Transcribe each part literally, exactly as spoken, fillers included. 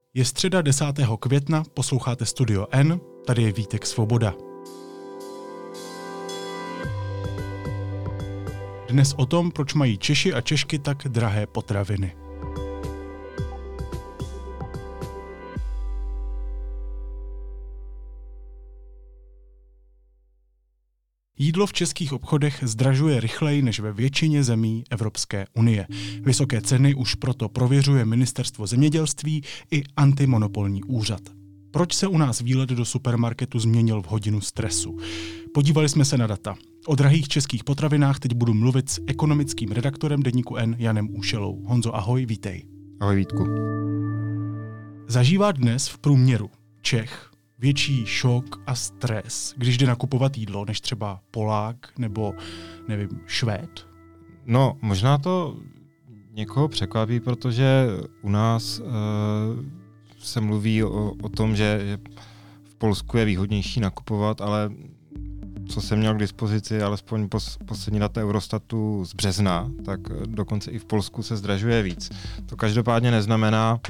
Je středa desátého května, posloucháte Studio N, tady je Vítek Svoboda. Dnes o tom, proč mají Češi a Češky tak drahé potraviny. Jídlo v českých obchodech zdražuje rychleji než ve většině zemí Evropské unie. Vysoké ceny už proto prověřuje Ministerstvo zemědělství i antimonopolní úřad. Proč se u nás výlet do supermarketu změnil v hodinu stresu? Podívali jsme se na data. O drahých českých potravinách teď budu mluvit s ekonomickým redaktorem deníku N Janem Úšelou. Honzo, ahoj, vítej. Ahoj, Vítku. Zažívá dnes v průměru Čech větší šok a stres, když jde nakupovat jídlo, než třeba Polák nebo, nevím, Švéd? No, možná to někoho překvapí, protože u nás uh, se mluví o, o tom, že, že v Polsku je výhodnější nakupovat, ale co jsem měl k dispozici, alespoň pos, poslední data Eurostatu z března, tak dokonce i v Polsku se zdražuje víc. To každopádně neznamená,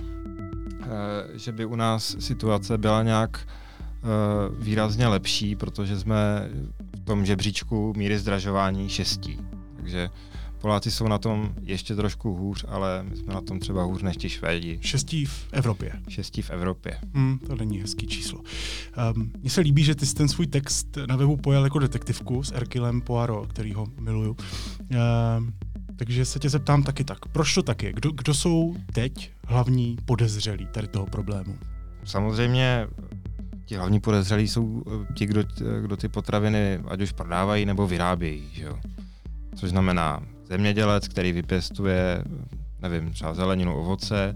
že by u nás situace byla nějak uh, výrazně lepší, protože jsme v tom žebříčku míry zdražování šestí. Takže Poláci jsou na tom ještě trošku hůř, ale my jsme na tom třeba hůř než ti Švédi. Šestí v Evropě. Šestí v Evropě. Hmm, to není hezký číslo. Um, Mně se líbí, že ty jsi ten svůj text na webu pojal jako detektivku s Herculem Poirot, kterýho miluju. Um, Takže se tě zeptám taky tak. Proč to tak je? Kdo, kdo jsou teď hlavní podezřelí tady toho problému? Samozřejmě ti hlavní podezřelí jsou ti, kdo, kdo ty potraviny ať už prodávají nebo vyrábějí. Že jo? Což znamená zemědělec, který vypěstuje, nevím, třeba zeleninu, ovoce,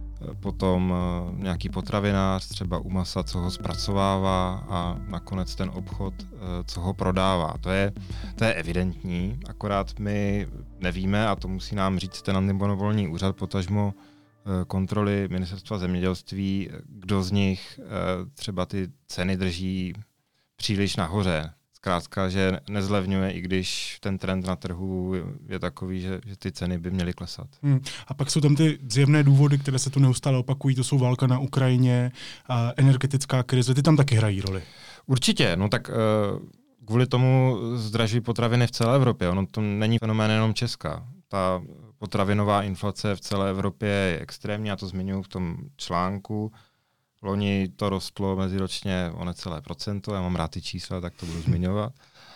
potom nějaký potravinář, třeba u masa, co ho zpracovává, a nakonec ten obchod, co ho prodává. To je, to je evidentní, akorát my nevíme, a to musí nám říct ten antimonopolní úřad, potažmo kontroly Ministerstva zemědělství, kdo z nich třeba ty ceny drží příliš nahoře. Zkrátka, že nezlevňuje, i když ten trend na trhu je takový, že, že ty ceny by měly klesat. Hmm. A pak jsou tam ty zjevné důvody, které se tu neustále opakují, to jsou válka na Ukrajině a energetická krize, ty tam taky hrají roli. Určitě, no tak uh, kvůli tomu zdražují potraviny v celé Evropě, ono to není fenomén jenom Česka. Ta potravinová inflace v celé Evropě je extrémní, já to zmiňuji v tom článku. Loni to rostlo meziročně o necelé procento, já mám rád ty čísla, tak to budu zmiňovat.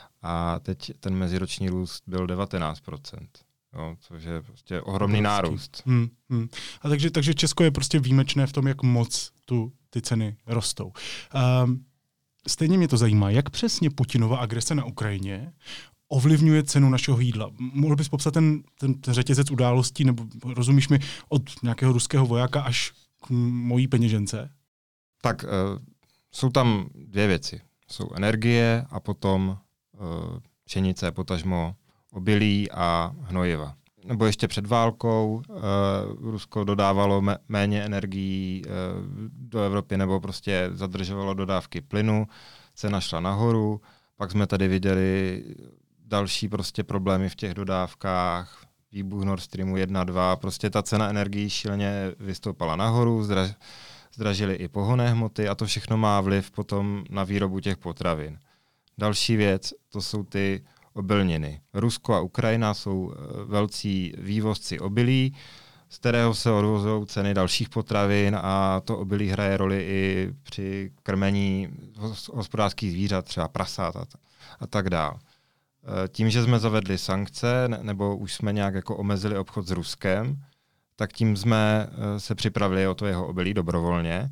A teď ten meziroční růst byl devatenáct procent, jo, což je prostě ohromný nárůst. Hmm, hmm. A takže, takže Česko je prostě výjimečné v tom, jak moc tu ty ceny rostou. Um, stejně mě to zajímá, jak přesně Putinova agrese na Ukrajině ovlivňuje cenu našeho jídla. Mohl bys popsat ten, ten řetězec událostí, nebo rozumíš mi, od nějakého ruského vojáka až k mojí peněžence? Tak uh, jsou tam dvě věci. Jsou energie a potom uh, pšenice, potažmo obilí a hnojiva. Nebo ještě před válkou uh, Rusko dodávalo mé- méně energií uh, do Evropy, nebo prostě zadržovalo dodávky plynu, cena šla nahoru, pak jsme tady viděli další prostě problémy v těch dodávkách, výbuch Nord Streamu jedna dva, prostě ta cena energií šíleně vystoupala nahoru, zdraž zdražily i pohonné hmoty a to všechno má vliv potom na výrobu těch potravin. Další věc, to jsou ty obilniny. Rusko a Ukrajina jsou velcí vývozci obilí, z kterého se odvozují ceny dalších potravin, a to obilí hraje roli i při krmení hospodářských zvířat, třeba prasát a, a tak dále. Tím, že jsme zavedli sankce, nebo už jsme nějak jako omezili obchod s Ruskem, tak tím jsme se připravili o to jeho obilí dobrovolně.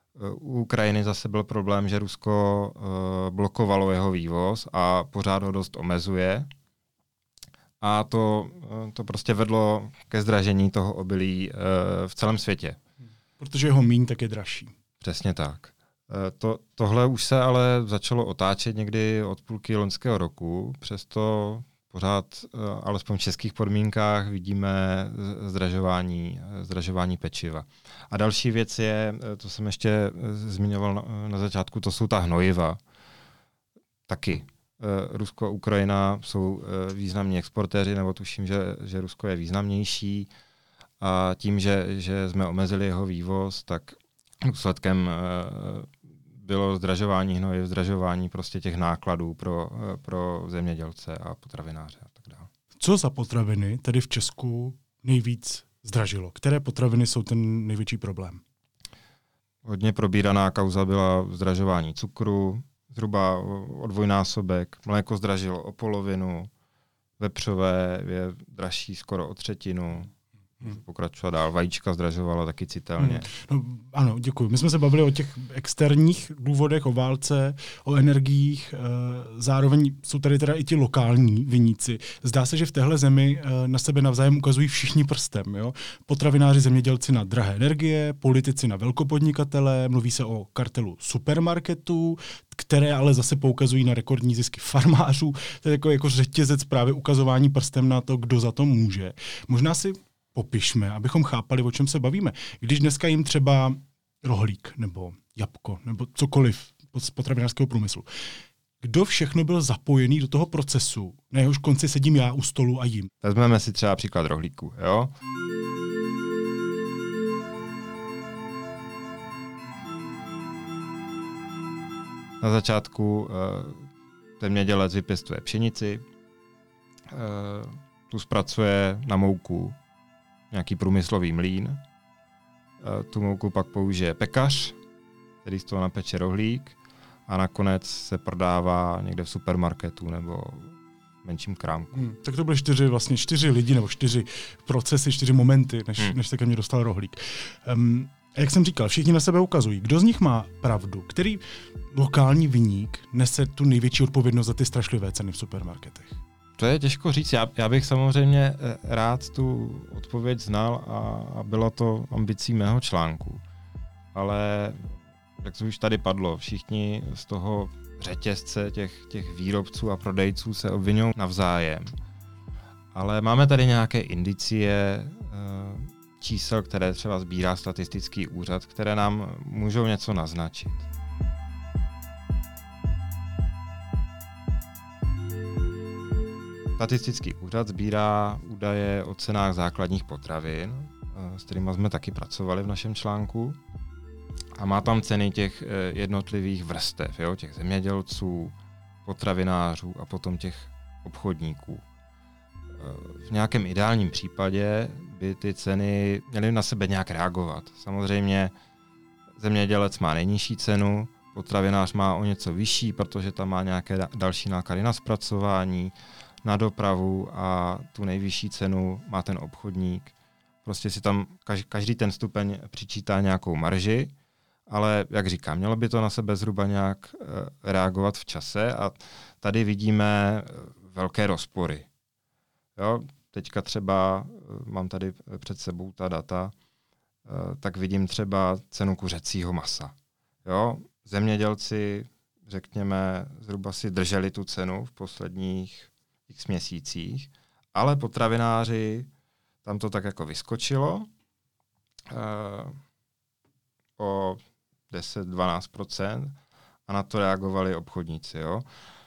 U Ukrajiny zase byl problém, že Rusko blokovalo jeho vývoz a pořád ho dost omezuje. A to, to prostě vedlo ke zdražení toho obilí v celém světě. Protože jeho míň tak je dražší. Přesně tak. To, tohle už se ale začalo otáčet někdy od půlky loňského roku, přesto pořád, alespoň v českých podmínkách, vidíme zdražování, zdražování pečiva. A další věc je, to jsem ještě zmiňoval na, na začátku, to jsou ta hnojiva. Taky. Rusko a Ukrajina jsou významní exportéři, nebo tuším, že, že Rusko je významnější. A tím, že, že jsme omezili jeho vývoz, tak důsledkem bylo zdražování hnojiv, zdražování prostě těch nákladů pro, pro zemědělce a potravináře a tak dále. Co za potraviny tedy v Česku nejvíc zdražilo? Které potraviny jsou ten největší problém? Hodně probíraná kauza byla zdražování cukru, zhruba o dvojnásobek. Mléko zdražilo o polovinu, vepřové je dražší skoro o třetinu. Hmm. Pokračovat dál. Vajíčka zdražovala taky citelně. Hmm. No, ano, děkuji. My jsme se bavili o těch externích důvodech, o válce, o energiích. Zároveň jsou tady teda i ti lokální viníci. Zdá se, že v téhle zemi na sebe navzájem ukazují všichni prstem. Jo? Potravináři, zemědělci na drahé energie, politici na velkopodnikatele, mluví se o kartelu supermarketů, které ale zase poukazují na rekordní zisky farmářů. To je jako, jako řetězec právě ukazování prstem na to, kdo za to může. Možná si popišme, abychom chápali, o čem se bavíme. Když dneska jim třeba rohlík nebo jabko nebo cokoliv z potravinářského průmyslu, kdo všechno byl zapojený do toho procesu, na jehož konci sedím já u stolu a jím. Vezmeme si třeba příklad rohlíku. Jo? Na začátku uh, zemědělec vypěstuje pšenici, uh, tu zpracuje na mouku nějaký průmyslový mlýn. Uh, tu mouku pak použije pekař, který z toho napeče rohlík a nakonec se prodává někde v supermarketu nebo v menším krámku. Hmm, tak to byly čtyři, vlastně čtyři lidi nebo čtyři procesy, čtyři momenty, než, hmm. než se ke mně dostal rohlík. Um, A jak jsem říkal, všichni na sebe ukazují. Kdo z nich má pravdu? Který lokální viník nese tu největší odpovědnost za ty strašlivé ceny v supermarketech? To je těžko říct. Já, já bych samozřejmě rád tu odpověď znal a, a bylo to ambicí mého článku. Ale jak to už tady padlo, všichni z toho řetězce těch, těch výrobců a prodejců se obvinují navzájem. Ale máme tady nějaké indicie, čísel, které třeba sbírá statistický úřad, které nám můžou něco naznačit. Statistický úřad sbírá údaje o cenách základních potravin, s kterými jsme taky pracovali v našem článku. A má tam ceny těch jednotlivých vrstev, jo? Těch zemědělců, potravinářů a potom těch obchodníků. V nějakém ideálním případě by ty ceny měly na sebe nějak reagovat. Samozřejmě zemědělec má nejnižší cenu, potravinář má o něco vyšší, protože tam má nějaké další náklady na zpracování, na dopravu a tu nejvyšší cenu má ten obchodník. Prostě si tam každý ten stupeň přičítá nějakou marži, ale jak říkám, mělo by to na sebe zhruba nějak reagovat v čase a tady vidíme velké rozpory. Jo, teďka třeba, mám tady před sebou ta data, tak vidím třeba cenu kuřecího masa. Jo, zemědělci, řekněme, zhruba si drželi tu cenu v posledních x měsících, ale potravináři, tam to tak jako vyskočilo eh, o deset až dvanáct procent a na to reagovali obchodníci. Jo.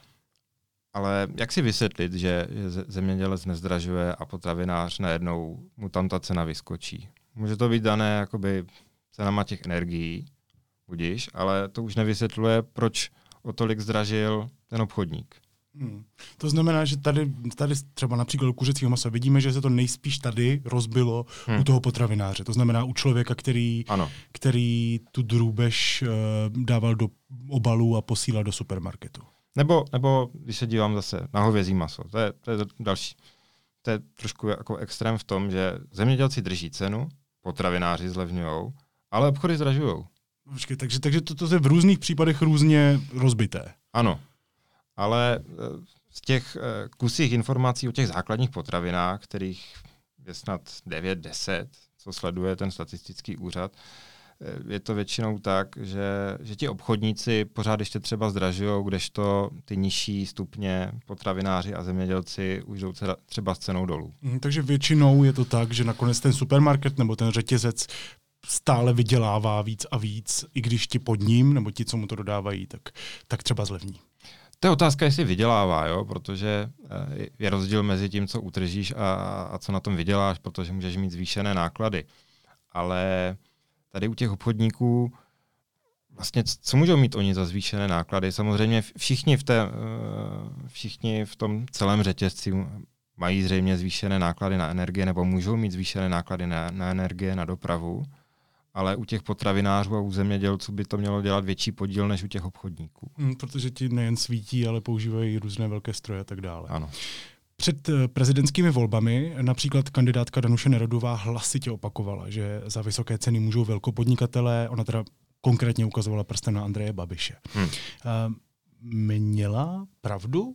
Ale jak si vysvětlit, že zemědělec nezdražuje a potravinář najednou mu tam ta cena vyskočí? Může to být dané jakoby cenama těch energií, budíš, ale to už nevysvětluje, proč o tolik zdražil ten obchodník. Hmm. To znamená, že tady, tady třeba například u kuřecího masa vidíme, že se to nejspíš tady rozbilo hmm. u toho potravináře. To znamená u člověka, který, který tu drůbež uh, dával do obalů a posílal do supermarketu. Nebo, nebo když se dívám zase na hovězí maso, to je, to je další. To je trošku jako extrém v tom, že zemědělci drží cenu, potravináři zlevňujou, ale obchody zdražujou. Počkej, takže, takže to, to je v různých případech různě rozbité. Ano, ale z těch kusích informací o těch základních potravinách, kterých je snad devět deset, co sleduje ten statistický úřad, je to většinou tak, že, že ti obchodníci pořád ještě třeba zdražují, kdežto ty nižší stupně potravináři a zemědělci už jdou třeba s cenou dolů. Mm, takže většinou je to tak, že nakonec ten supermarket nebo ten řetězec stále vydělává víc a víc, i když ti pod ním, nebo ti, co mu to dodávají, tak, tak třeba zlevní. To je otázka, jestli vydělává, jo? Protože je rozdíl mezi tím, co utržíš a, a co na tom vyděláš, protože můžeš mít zvýšené náklady. Ale tady u těch obchodníků vlastně, co můžou mít oni za zvýšené náklady? Samozřejmě všichni v, té, všichni v tom celém řetězci mají zřejmě zvýšené náklady na energie nebo můžou mít zvýšené náklady na, na energie, na dopravu, ale u těch potravinářů a u zemědělců by to mělo dělat větší podíl než u těch obchodníků. Hmm, protože ti nejen svítí, ale používají různé velké stroje a tak dále. Ano. Před prezidentskými volbami například kandidátka Danuše Nerudová hlasitě opakovala, že za vysoké ceny můžou velkopodnikatelé, ona teda konkrétně ukazovala prstem na Andreje Babiše. Hmm. Měla pravdu?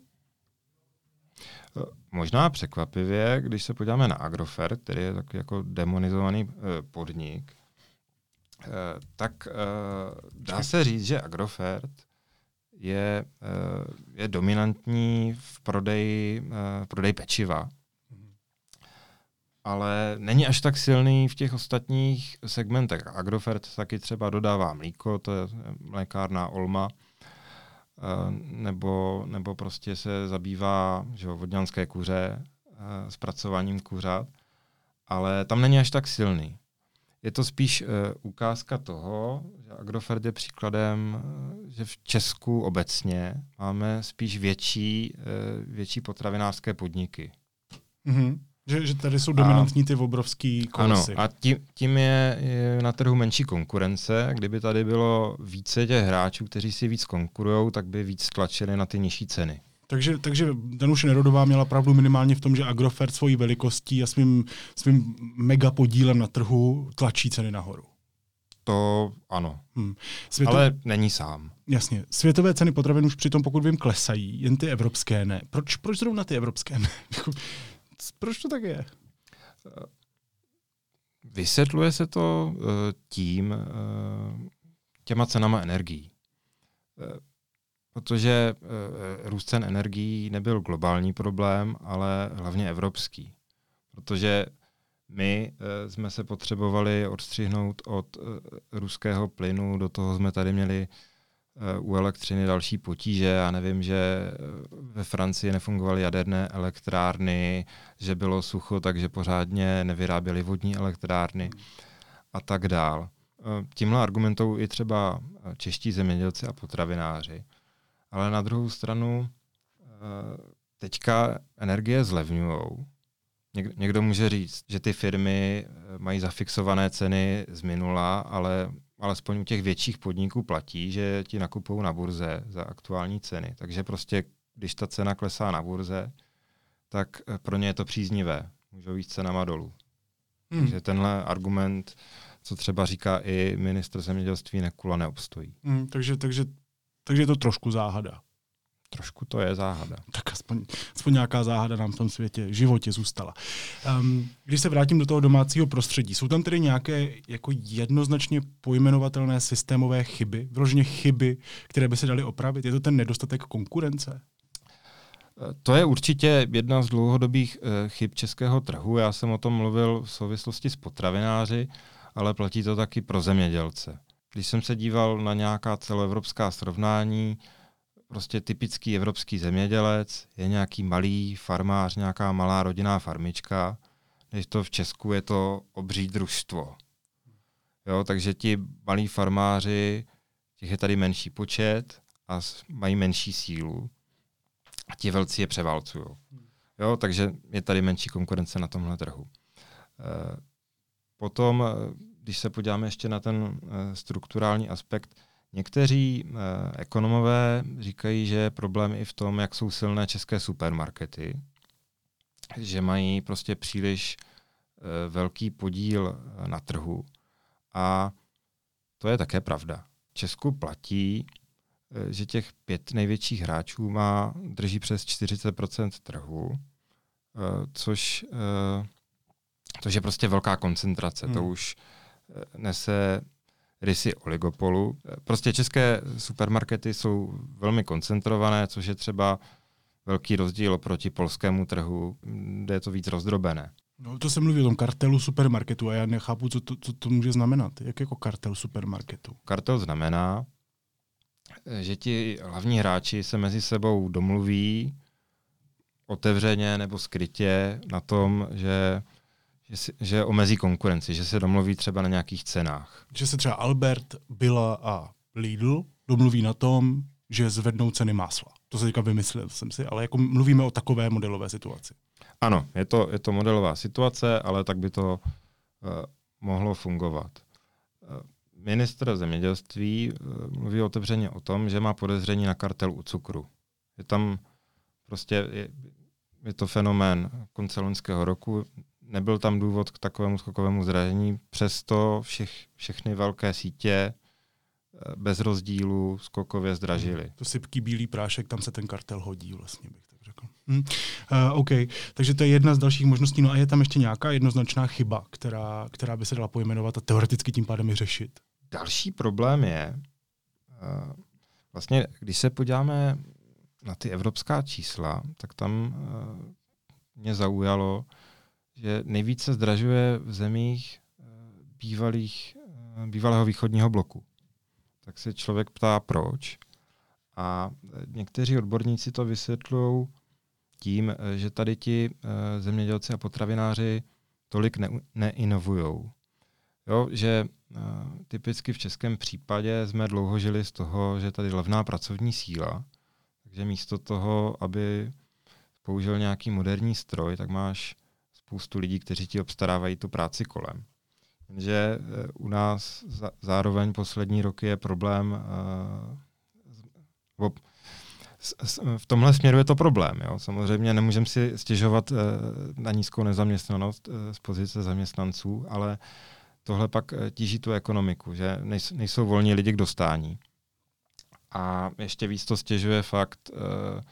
Možná překvapivě, když se podíváme na Agrofert, který je takový jako demonizovaný podnik, tak dá se říct, že Agrofert je, je dominantní v prodeji, v prodeji pečiva, ale není až tak silný v těch ostatních segmentech. Agrofert taky třeba dodává mlíko, to je mlékárna Olma, nebo, nebo prostě se zabývá že, vodňanské kuře, zpracováním kuřat, ale tam není až tak silný. Je to spíš uh, ukázka toho, že Agrofert je příkladem, že v Česku obecně máme spíš větší, uh, větší potravinářské podniky. Mm-hmm. Že, že tady jsou dominantní ty obrovský kolosy. Ano, a tím, tím je, je na trhu menší konkurence. Kdyby tady bylo více těch hráčů, kteří si víc konkurujou, tak by víc tlačili na ty nižší ceny. Takže, takže Danuše Nerudová měla pravdu minimálně v tom, že Agrofert svojí velikostí a svým, svým megapodílem na trhu tlačí ceny nahoru. To ano, hmm. Světo... ale není sám. Jasně. Světové ceny potravin už přitom, pokud vím, klesají, jen ty evropské ne. Proč, proč zrovna ty evropské ne? Proč to tak je? Vysvětluje se to uh, tím uh, těma cenama energií. Uh, protože uh, růst cen energií nebyl globální problém, ale hlavně evropský. Protože my uh, jsme se potřebovali odstřihnout od uh, ruského plynu, do toho jsme tady měli uh, u elektřiny další potíže. Já nevím, že ve Francii nefungovaly jaderné elektrárny, že bylo sucho, takže pořádně nevyráběly vodní elektrárny a tak dál. Uh, tímhle argumentují i třeba čeští zemědělci a potravináři. Ale na druhou stranu teďka energie zlevňujou. Někdo může říct, že ty firmy mají zafixované ceny z minula, ale alespoň u těch větších podniků platí, že ti nakupují na burze za aktuální ceny. Takže prostě, když ta cena klesá na burze, tak pro ně je to příznivé. Můžou jít cenama dolů. Hmm. Takže tenhle argument, co třeba říká i ministr zemědělství Nekula, neobstojí. Hmm, takže, takže Takže je to trošku záhada. Trošku to je záhada. Tak aspoň, aspoň nějaká záhada nám v tom světě, v životě zůstala. Um, když se vrátím do toho domácího prostředí, jsou tam tedy nějaké jako jednoznačně pojmenovatelné systémové chyby, vyloženě chyby, které by se daly opravit? Je to ten nedostatek konkurence? To je určitě jedna z dlouhodobých uh, chyb českého trhu. Já jsem o tom mluvil v souvislosti s potravináři, ale platí to taky pro zemědělce. Když jsem se díval na nějaká celoevropská srovnání, prostě typický evropský zemědělec je nějaký malý farmář, nějaká malá rodinná farmička, než to v Česku je to obří družstvo. Jo, takže ti malí farmáři, těch je tady menší počet a mají menší sílu a ti velcí je převálcují. Jo, takže je tady menší konkurence na tomhle trhu. E, potom když se podíváme ještě na ten uh, strukturální aspekt, někteří uh, ekonomové říkají, že je problém i v tom, jak jsou silné české supermarkety, že mají prostě příliš uh, velký podíl uh, na trhu. A to je také pravda. V Česku platí, uh, že těch pět největších hráčů má, drží přes čtyřicet procent trhu, uh, což, uh, což je prostě velká koncentrace. Hmm. To už nese rysy oligopolu. Prostě české supermarkety jsou velmi koncentrované, což je třeba velký rozdíl oproti polskému trhu, kde je to víc rozdrobené. No, to se mluví o tom kartelu supermarketu a já nechápu, co to, co to může znamenat. Jak jako kartel supermarketu? Kartel znamená, že ti hlavní hráči se mezi sebou domluví otevřeně nebo skrytě na tom, že že, si, že omezí konkurenci, že se domluví třeba na nějakých cenách. Že se třeba Albert, Billa a Lidl domluví na tom, že zvednou ceny másla. To se teďka vymyslel jsem si, ale jako mluvíme o takové modelové situaci. Ano, je to, je to modelová situace, ale tak by to uh, mohlo fungovat. Uh, ministr zemědělství uh, mluví otevřeně o tom, že má podezření na kartel u cukru. Je tam prostě, je, je to fenomén konce loňského roku, nebyl tam důvod k takovému skokovému zdražení, přesto všech, všechny velké sítě bez rozdílu skokově zdražily. To sypký bílý prášek, tam se ten kartel hodí, vlastně bych tak řekl. Hm. Uh, OK, takže to je jedna z dalších možností. No a je tam ještě nějaká jednoznačná chyba, která, která by se dala pojmenovat a teoreticky tím pádem i řešit? Další problém je, uh, vlastně když se podíváme na ty evropská čísla, tak tam uh, mě zaujalo, že nejvíce zdražuje v zemích uh, bývalých, uh, bývalého východního bloku. Tak se člověk ptá, proč. A někteří odborníci to vysvětlují tím, že tady ti e, zemědělci a potravináři tolik ne, neinovujou. Jo, že e, typicky v českém případě jsme dlouho žili z toho, že tady levná pracovní síla, takže místo toho, aby použil nějaký moderní stroj, tak máš spoustu lidí, kteří ti obstarávají tu práci kolem. Že u nás zároveň poslední roky je problém, uh, v tomhle směru je to problém. Jo. Samozřejmě nemůžeme si stěžovat uh, na nízkou nezaměstnanost uh, z pozice zaměstnanců, ale tohle pak tíží tu ekonomiku, že nejsou volní lidi k dostání. A ještě víc to stěžuje fakt uh,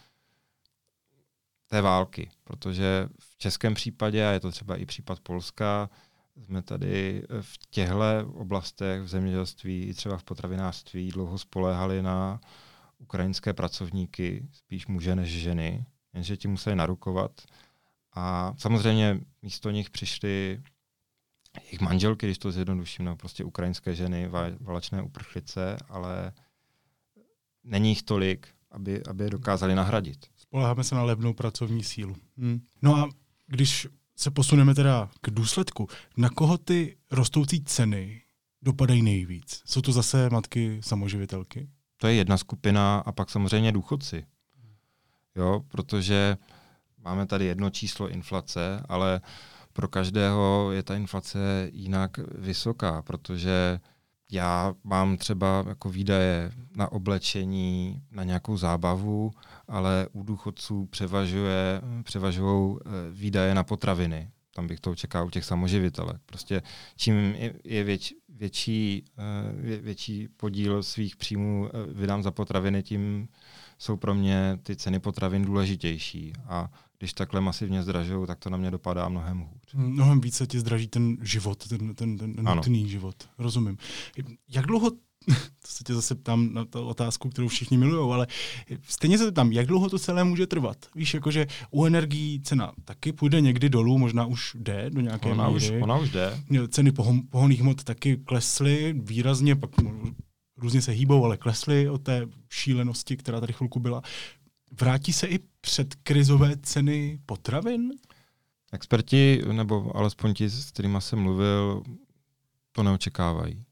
té války, protože v českém případě, a je to třeba i případ Polska, jsme tady v těchto oblastech v zemědělství, třeba v potravinářství, dlouho spoléhali na ukrajinské pracovníky, spíš muže než ženy, jenže ti museli narukovat. A samozřejmě místo nich přišly jejich manželky, když to zjednoduším, no prostě ukrajinské ženy, válečné uprchlice, ale není jich tolik, aby, aby je dokázali nahradit. Spoléháme se na levnou pracovní sílu. Hm. No a když se posuneme teda k důsledku, na koho ty rostoucí ceny dopadají nejvíc? Jsou to zase matky samoživitelky? To je jedna skupina a pak samozřejmě důchodci. Jo, protože máme tady jedno číslo inflace, ale pro každého je ta inflace jinak vysoká, protože já mám třeba jako výdaje na oblečení, na nějakou zábavu, ale u důchodců převažuje, převažují výdaje na potraviny. Tam bych to očekával u těch samoživitelek. Prostě čím je, je věč, větší, vě, větší podíl svých příjmů vydám za potraviny, tím jsou pro mě ty ceny potravin důležitější. A když takhle masivně zdražují, tak to na mě dopadá mnohem hůř. Mnohem více ti zdraží ten život, ten, ten, ten nutný život. Rozumím. Jak dlouho, to se tě zase ptám na tu otázku, kterou všichni milujou, ale stejně se ptám, jak dlouho to celé může trvat? Víš, jakože u energií cena taky půjde někdy dolů, možná už jde do nějaké ona míry. Už, ona už jde. Ceny pohon, pohonných hmot taky klesly výrazně, pak různě se hýbou, ale klesly od té šílenosti, která tady chvilku byla. Vrátí se i předkrizové ceny potravin? Experti, nebo alespoň ti, s kterými jsem mluvil, to neočekávají.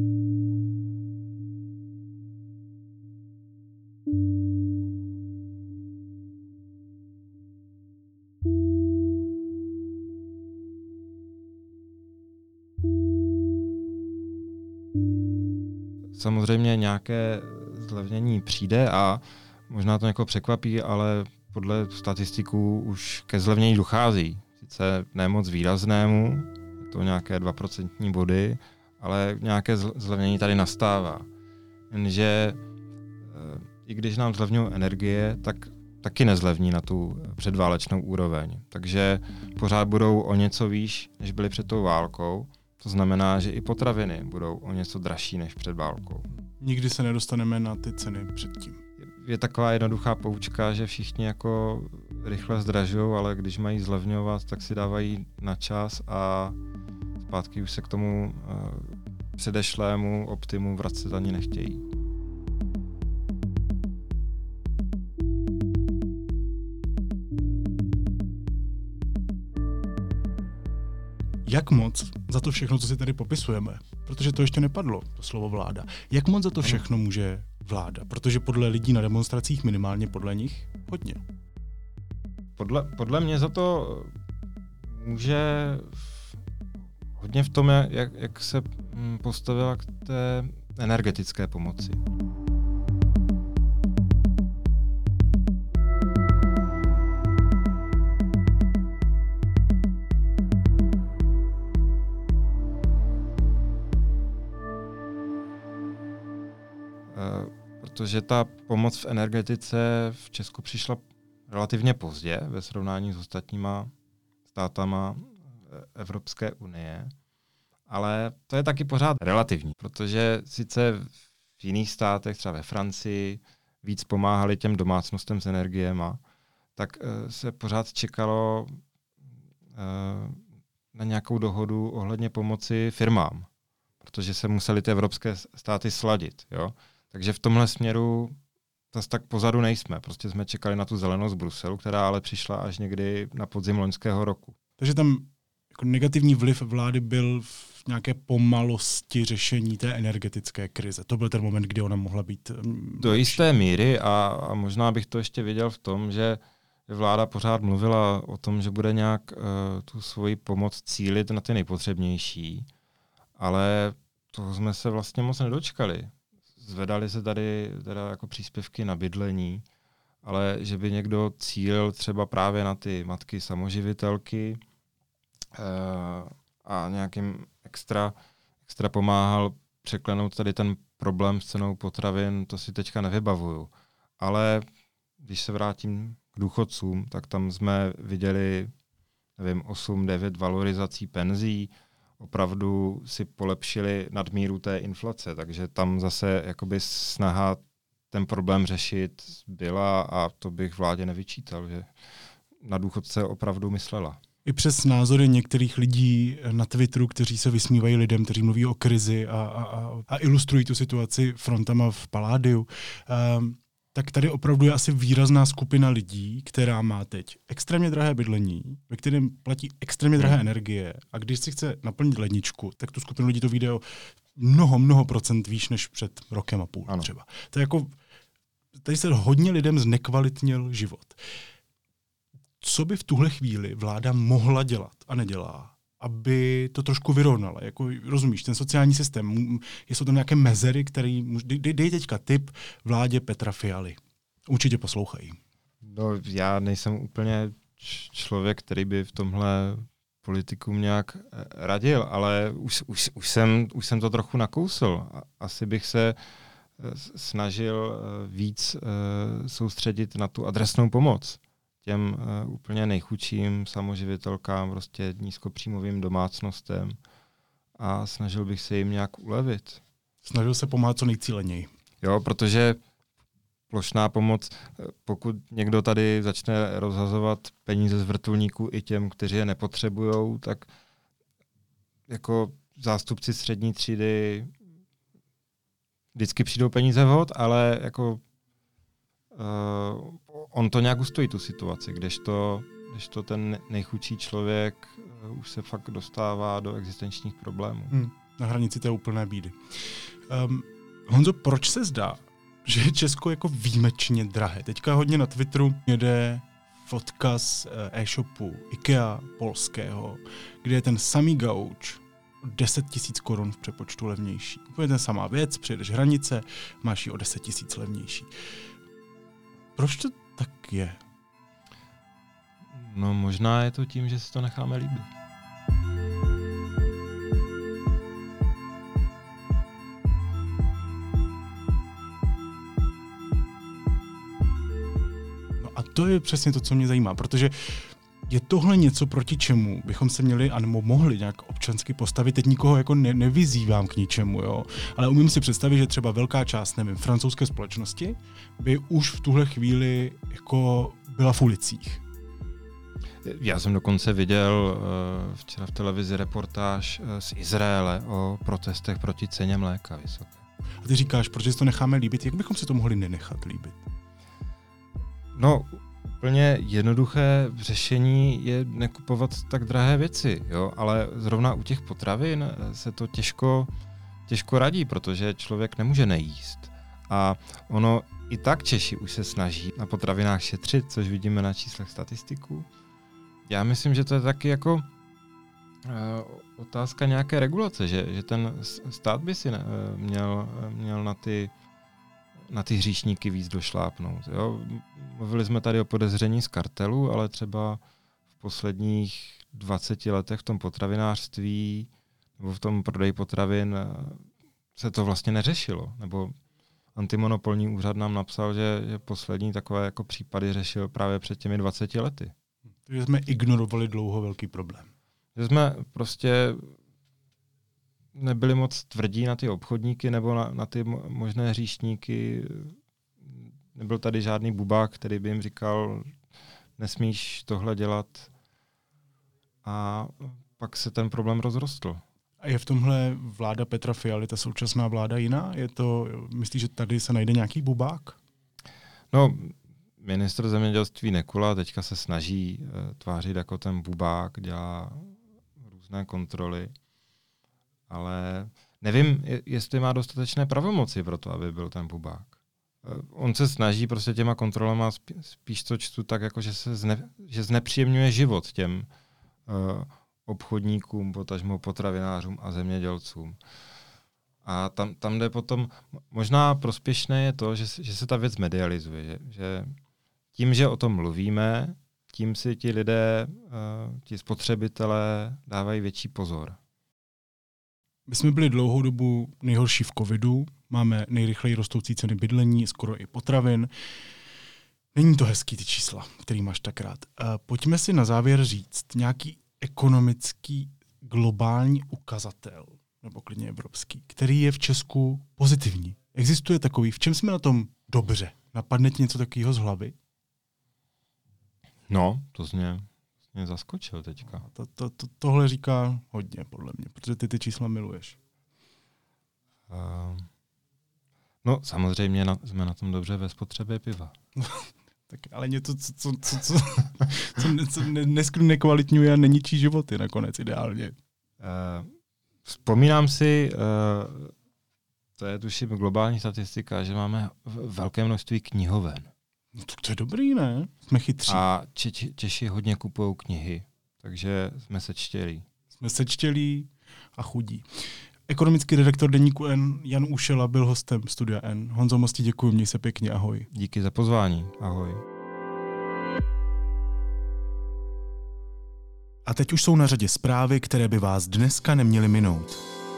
Samozřejmě nějaké zlevnění přijde a možná to někoho překvapí, ale podle statistiků už ke zlevnění dochází. Sice ne moc výraznému, je to nějaké dva procentní body, ale nějaké zlevnění tady nastává. Jenže i když nám zlevňují energie, tak taky nezlevní na tu předválečnou úroveň. Takže pořád budou o něco výš, než byly před tou válkou. To znamená, že i potraviny budou o něco dražší než před válkou. Nikdy se nedostaneme na ty ceny předtím. Je taková jednoduchá poučka, že všichni jako rychle zdražují, ale když mají zlevňovat, tak si dávají na čas a zpátky už se k tomu uh, předešlému optimu vracet ani nechtějí. Jak moc za to všechno, co si tady popisujeme, protože to ještě nepadlo, to slovo vláda, jak moc za to všechno může vláda? Protože podle lidí na demonstracích, minimálně podle nich, hodně. Podle, podle mě za to může hodně v tom, jak, jak se postavila k té energetické pomoci. Protože ta pomoc v energetice v Česku přišla relativně pozdě ve srovnání s ostatníma státama Evropské unie, ale to je taky pořád relativní, protože sice v jiných státech, třeba ve Francii, víc pomáhali těm domácnostem s energiema, tak se pořád čekalo na nějakou dohodu ohledně pomoci firmám, protože se museli ty evropské státy sladit, jo. Takže v tomhle směru zase tak pozadu nejsme. Prostě jsme čekali na tu zelenou z Bruselu, která ale přišla až někdy na podzim loňského roku. Takže tam jako negativní vliv vlády byl v nějaké pomalosti řešení té energetické krize. To byl ten moment, kdy ona mohla být... Do jisté míry a, a možná bych to ještě viděl v tom, že vláda pořád mluvila o tom, že bude nějak uh, tu svoji pomoc cílit na ty nejpotřebnější, ale toho jsme se vlastně moc nedočkali. Zvedaly se tady teda jako příspěvky na bydlení, ale že by někdo cílil třeba právě na ty matky samoživitelky e, a nějakým extra, extra pomáhal překlenout tady ten problém s cenou potravin, to si teďka nevybavuju. Ale když se vrátím k důchodcům, tak tam jsme viděli, nevím, osm devět valorizací penzí, opravdu si polepšili nadmíru té inflace, takže tam zase jakoby snaha ten problém řešit byla a to bych vládě nevyčítal, že na důchodce opravdu myslela. I přes názory některých lidí na Twitteru, kteří se vysmívají lidem, kteří mluví o krizi a, a, a ilustrují tu situaci frontama v Paládiu, um, tak tady opravdu je asi výrazná skupina lidí, která má teď extrémně drahé bydlení, ve kterém platí extrémně drahé hmm. energie a když si chce naplnit ledničku, tak tu skupinu lidí to vyjde o mnoho, mnoho procent výš než před rokem a půl ano. třeba. To je jako, tady se hodně lidem znekvalitnil život. Co by v tuhle chvíli vláda mohla dělat a nedělá, aby to trošku vyrovnala? Jako, rozumíš, ten sociální systém, jsou tam nějaké mezery, které... Dej, dej teďka tip vládě Petra Fialy. Určitě poslouchají. No, já nejsem úplně člověk, který by v tomhle politikům nějak radil, ale už, už, už, jsem, už jsem to trochu nakousl. Asi bych se snažil víc soustředit na tu adresnou pomoc těm uh, úplně nejchudším samoživitelkám, prostě nízkopříjmovým domácnostem a snažil bych se jim nějak ulevit. Snažil se pomáhat co nejcíleněji. Jo, protože plošná pomoc, pokud někdo tady začne rozhazovat peníze z vrtulníků i těm, kteří je nepotřebujou, tak jako zástupci střední třídy vždycky přijdou peníze vhod, ale jako Uh, on to nějak ustojí tu situaci, kdežto, kdežto ten nejchudší člověk uh, už se fakt dostává do existenčních problémů. Hmm, na hranici té úplné bídy. Um, Honzo, proč se zdá, že je Česko jako výjimečně drahé? Teďka hodně na Twitteru jede fotka z e-shopu IKEA polského, kde je ten samý gauč o deset tisíc korun v přepočtu levnější. To je ten samá věc, přijedeš hranice, máš ji o deset tisíc levnější. Proč to tak je? No možná je to tím, že si to necháme líbit. No a to je přesně to, co mě zajímá, protože je tohle něco, proti čemu bychom se měli, anebo mohli nějak občansky postavit. Teď nikoho jako ne, nevyzývám k ničemu, jo. Ale umím si představit, že třeba velká část, nevím, francouzské společnosti by už v tuhle chvíli jako byla v ulicích. Já jsem dokonce viděl uh, včera v televizi reportáž uh, z Izraele o protestech proti ceně mléka vysoké. A ty říkáš, proč si to necháme líbit? Jak bychom si to mohli nenechat líbit? No, Úplně jednoduché řešení je nekupovat tak drahé věci, jo? Ale zrovna u těch potravin se to těžko, těžko radí, protože člověk nemůže nejíst. A ono i tak Češi už se snaží na potravinách šetřit, což vidíme na číslech statistiků. Já myslím, že to je taky jako uh, otázka nějaké regulace, že, že ten stát by si ne, měl, měl na ty na ty hříšníky víc došlápnout. Jo? Mluvili jsme tady o podezření z kartelu, ale třeba v posledních dvaceti letech v tom potravinářství nebo v tom prodeji potravin se to vlastně neřešilo. Nebo antimonopolní úřad nám napsal, že, že poslední takové jako případy řešil právě před těmi dvaceti lety. Takže jsme ignorovali dlouho velký problém. Že jsme prostě nebyli moc tvrdí na ty obchodníky nebo na, na ty možné hříšníky. Nebyl tady žádný bubák, který by jim říkal, nesmíš tohle dělat. A pak se ten problém rozrostl. A je v tomhle vláda Petra Fialy, ta současná vláda, jiná? Je to, myslíš, že tady se najde nějaký bubák? No, ministr zemědělství Nekula teďka se snaží e, tvářit jako ten bubák, dělá různé kontroly. Ale nevím, jestli má dostatečné pravomoci pro to, aby byl ten bubák. On se snaží prostě těma kontrolama spíš to čtu tak, jako že se zne, že znepříjemňuje život těm uh, obchodníkům, potažmo potravinářům a zemědělcům. A tam, tam jde potom, možná prospěšné je to, že, že se ta věc medializuje. Že, že tím, že o tom mluvíme, tím si ti lidé, uh, ti spotřebitelé dávají větší pozor. My jsme byli dlouhou dobu nejhorší v covidu, máme nejrychleji rostoucí ceny bydlení, skoro i potravin. Není to hezký ty čísla, který máš tak rád. Pojďme si na závěr říct nějaký ekonomický globální ukazatel, nebo klidně evropský, který je v Česku pozitivní. Existuje takový, v čem jsme na tom dobře? Napadne ti něco takového z hlavy? No, to zně... mě zaskočil teďka. To, to, to, tohle říká hodně, podle mě, protože ty ty čísla miluješ. Uh, no, samozřejmě na, jsme na tom dobře ve spotřebě piva. Tak ale něco, co, co, co, co, co, ne, co ne, nekvalitňuje a neničí životy nakonec ideálně. Uh, vzpomínám si, uh, to je tuším globální statistika, že máme velké množství knihoven. No to, to je dobrý, ne? Jsme chytří. A če, če, Češi hodně kupují knihy, takže jsme sečtělí. Jsme sečtělí a chudí. Ekonomický redaktor deníku N Jan Úšela byl hostem Studia N. Honzo, moc ti děkuji, měj se pěkně, ahoj. Díky za pozvání, ahoj. A teď už jsou na řadě zprávy, které by vás dneska neměly minout.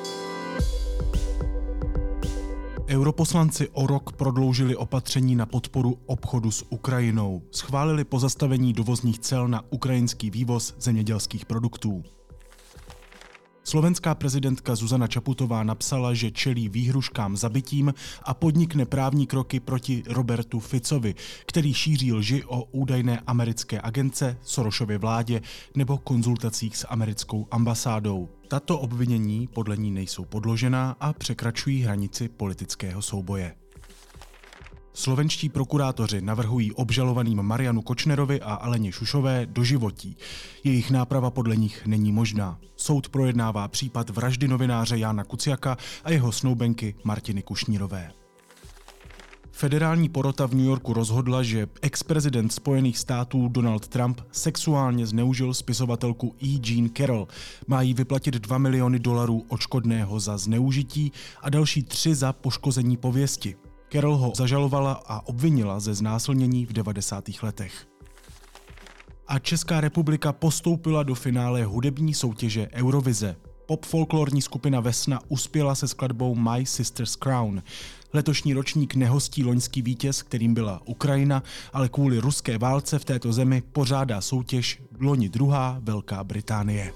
Europoslanci o rok prodloužili opatření na podporu obchodu s Ukrajinou. Schválili pozastavení dovozních cel na ukrajinský vývoz zemědělských produktů. Slovenská prezidentka Zuzana Čaputová napsala, že čelí výhruškám zabitím a podnikne právní kroky proti Robertu Ficovi, který šíří lži o údajné americké agence, Sorosově vládě nebo konzultacích s americkou ambasádou. Tato obvinění podle ní nejsou podložená a překračují hranici politického souboje. Slovenští prokurátoři navrhují obžalovaným Marianu Kočnerovi a Aleně Šušové doživotí. Jejich náprava podle nich není možná. Soud projednává případ vraždy novináře Jána Kuciaka a jeho snoubenky Martiny Kušnírové. Federální porota v New Yorku rozhodla, že ex-prezident Spojených států Donald Trump sexuálně zneužil spisovatelku E. Jean Carroll. Má jí vyplatit dva miliony dolarů odškodného za zneužití a další tři za poškození pověsti. Carroll ho zažalovala a obvinila ze znásilnění v devadesátých letech. A Česká republika postoupila do finále hudební soutěže Eurovize. Pop-folklorní skupina Vesna uspěla se skladbou My Sister's Crown. Letošní ročník nehostí loňský vítěz, kterým byla Ukrajina, ale kvůli ruské válce v této zemi pořádá soutěž loni druhá Velká Británie.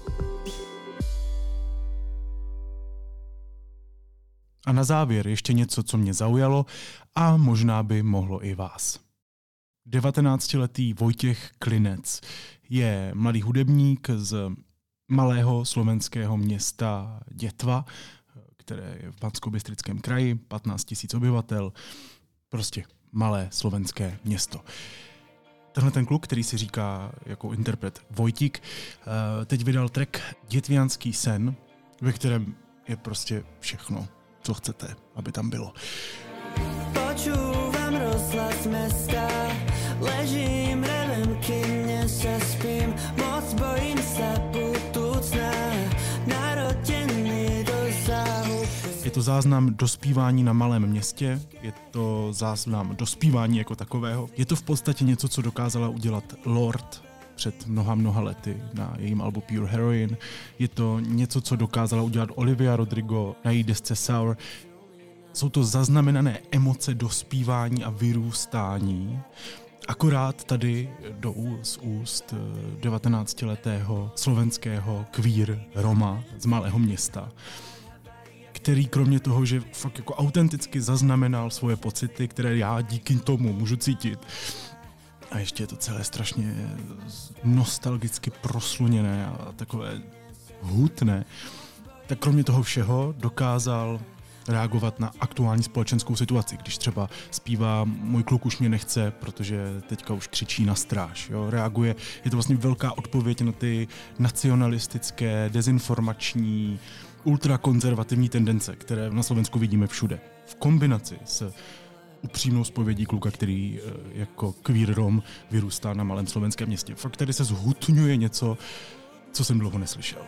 A na závěr ještě něco, co mě zaujalo a možná by mohlo i vás. devatenáctiletý Vojtěch Klinec je mladý hudebník z malého slovenského města Dětva, které je v Banskobystrickém kraji, patnáct tisíc obyvatel, prostě malé slovenské město. Tenhle ten kluk, který si říká jako interpret Vojtík, teď vydal track Dětviánský sen, ve kterém je prostě všechno, co chcete, aby tam bylo. Počúvam rozhlas mesta, ležím, revem, kým nezaspím, moc bojím sa budúcna, narodený do záhuby. Je to záznam dospívání na malém městě, je to záznam dospívání jako takového. Je to v podstatě něco, co dokázala udělat Lorde před mnoha, mnoha lety na jejím albu Pure Heroin. Je to něco, co dokázala udělat Olivia Rodrigo na její desce Sour. Jsou to zaznamenané emoce dospívání a vyrůstání. Akorát tady do z úst devatenáctiletého slovenského queer Roma z malého města, který kromě toho, že fakt jako autenticky zaznamenal svoje pocity, které já díky tomu můžu cítit, a ještě je to celé strašně nostalgicky prosluněné a takové hutné, tak kromě toho všeho dokázal reagovat na aktuální společenskou situaci, když třeba zpívá Můj kluk už mě nechce, protože teďka už křičí na stráž. Jo? Reaguje, je to vlastně velká odpověď na ty nacionalistické, dezinformační, ultrakonzervativní tendence, které na Slovensku vidíme všude. V kombinaci s upřímnou zpovědí kluka, který jako queer Rom vyrůstá na malém slovenském městě. Fakt tady se zhutňuje něco, co jsem dlouho neslyšel.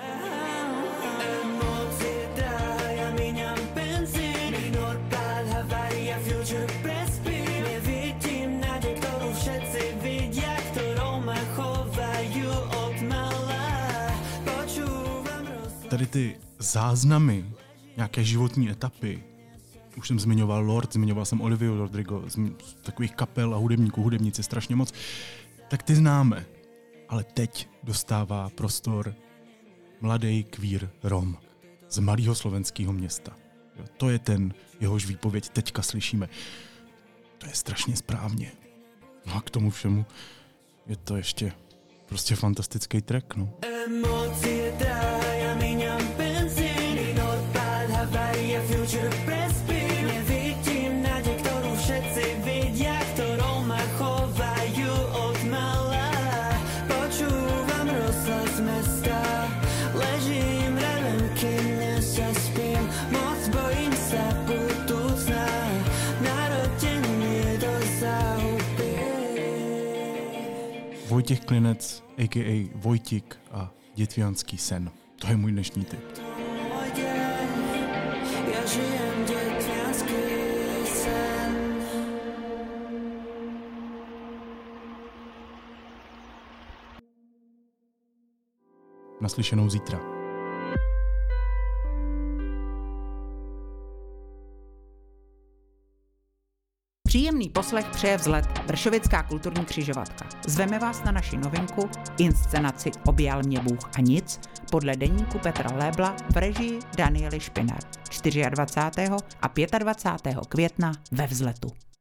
Tady ty záznamy, nějaké životní etapy, už jsem zmiňoval Lorde, zmiňoval jsem Oliviu Rodrigo, takových kapel a hudebníků, hudebnic je strašně moc, tak ty známe. Ale teď dostává prostor mladý queer Rom z malého slovenského města. Jo, to je ten, jehož výpověď teďka slyšíme. To je strašně správně. No a k tomu všemu je to ještě prostě fantastický track, no. Emócie trája, míňam benzín, odpad, havária, future prespím. Nevidím nádej, ktorú všetci vidia, ktorou ma chovajú od mala. Počúvam rozhlas mesta, ležím, revem, kým nezaspím. Moc bojím sa budúcna, narodený do záhuby. Vojtěch Klinec, a k a. Vojtík a Dětviánský sen. To je můj dnešní tip. Já žijem dětviánský sen. Naslyšenou zítra. Příjemný poslech přeje Vzlet, Vršovická kulturní křižovatka. Zveme vás na naši novinku, inscenaci Objal mě Bůh a nic, podle deníku Petra Lébla v režii Daniely Špiner dvacátého čtvrtého a dvacátého pátého května ve Vzletu.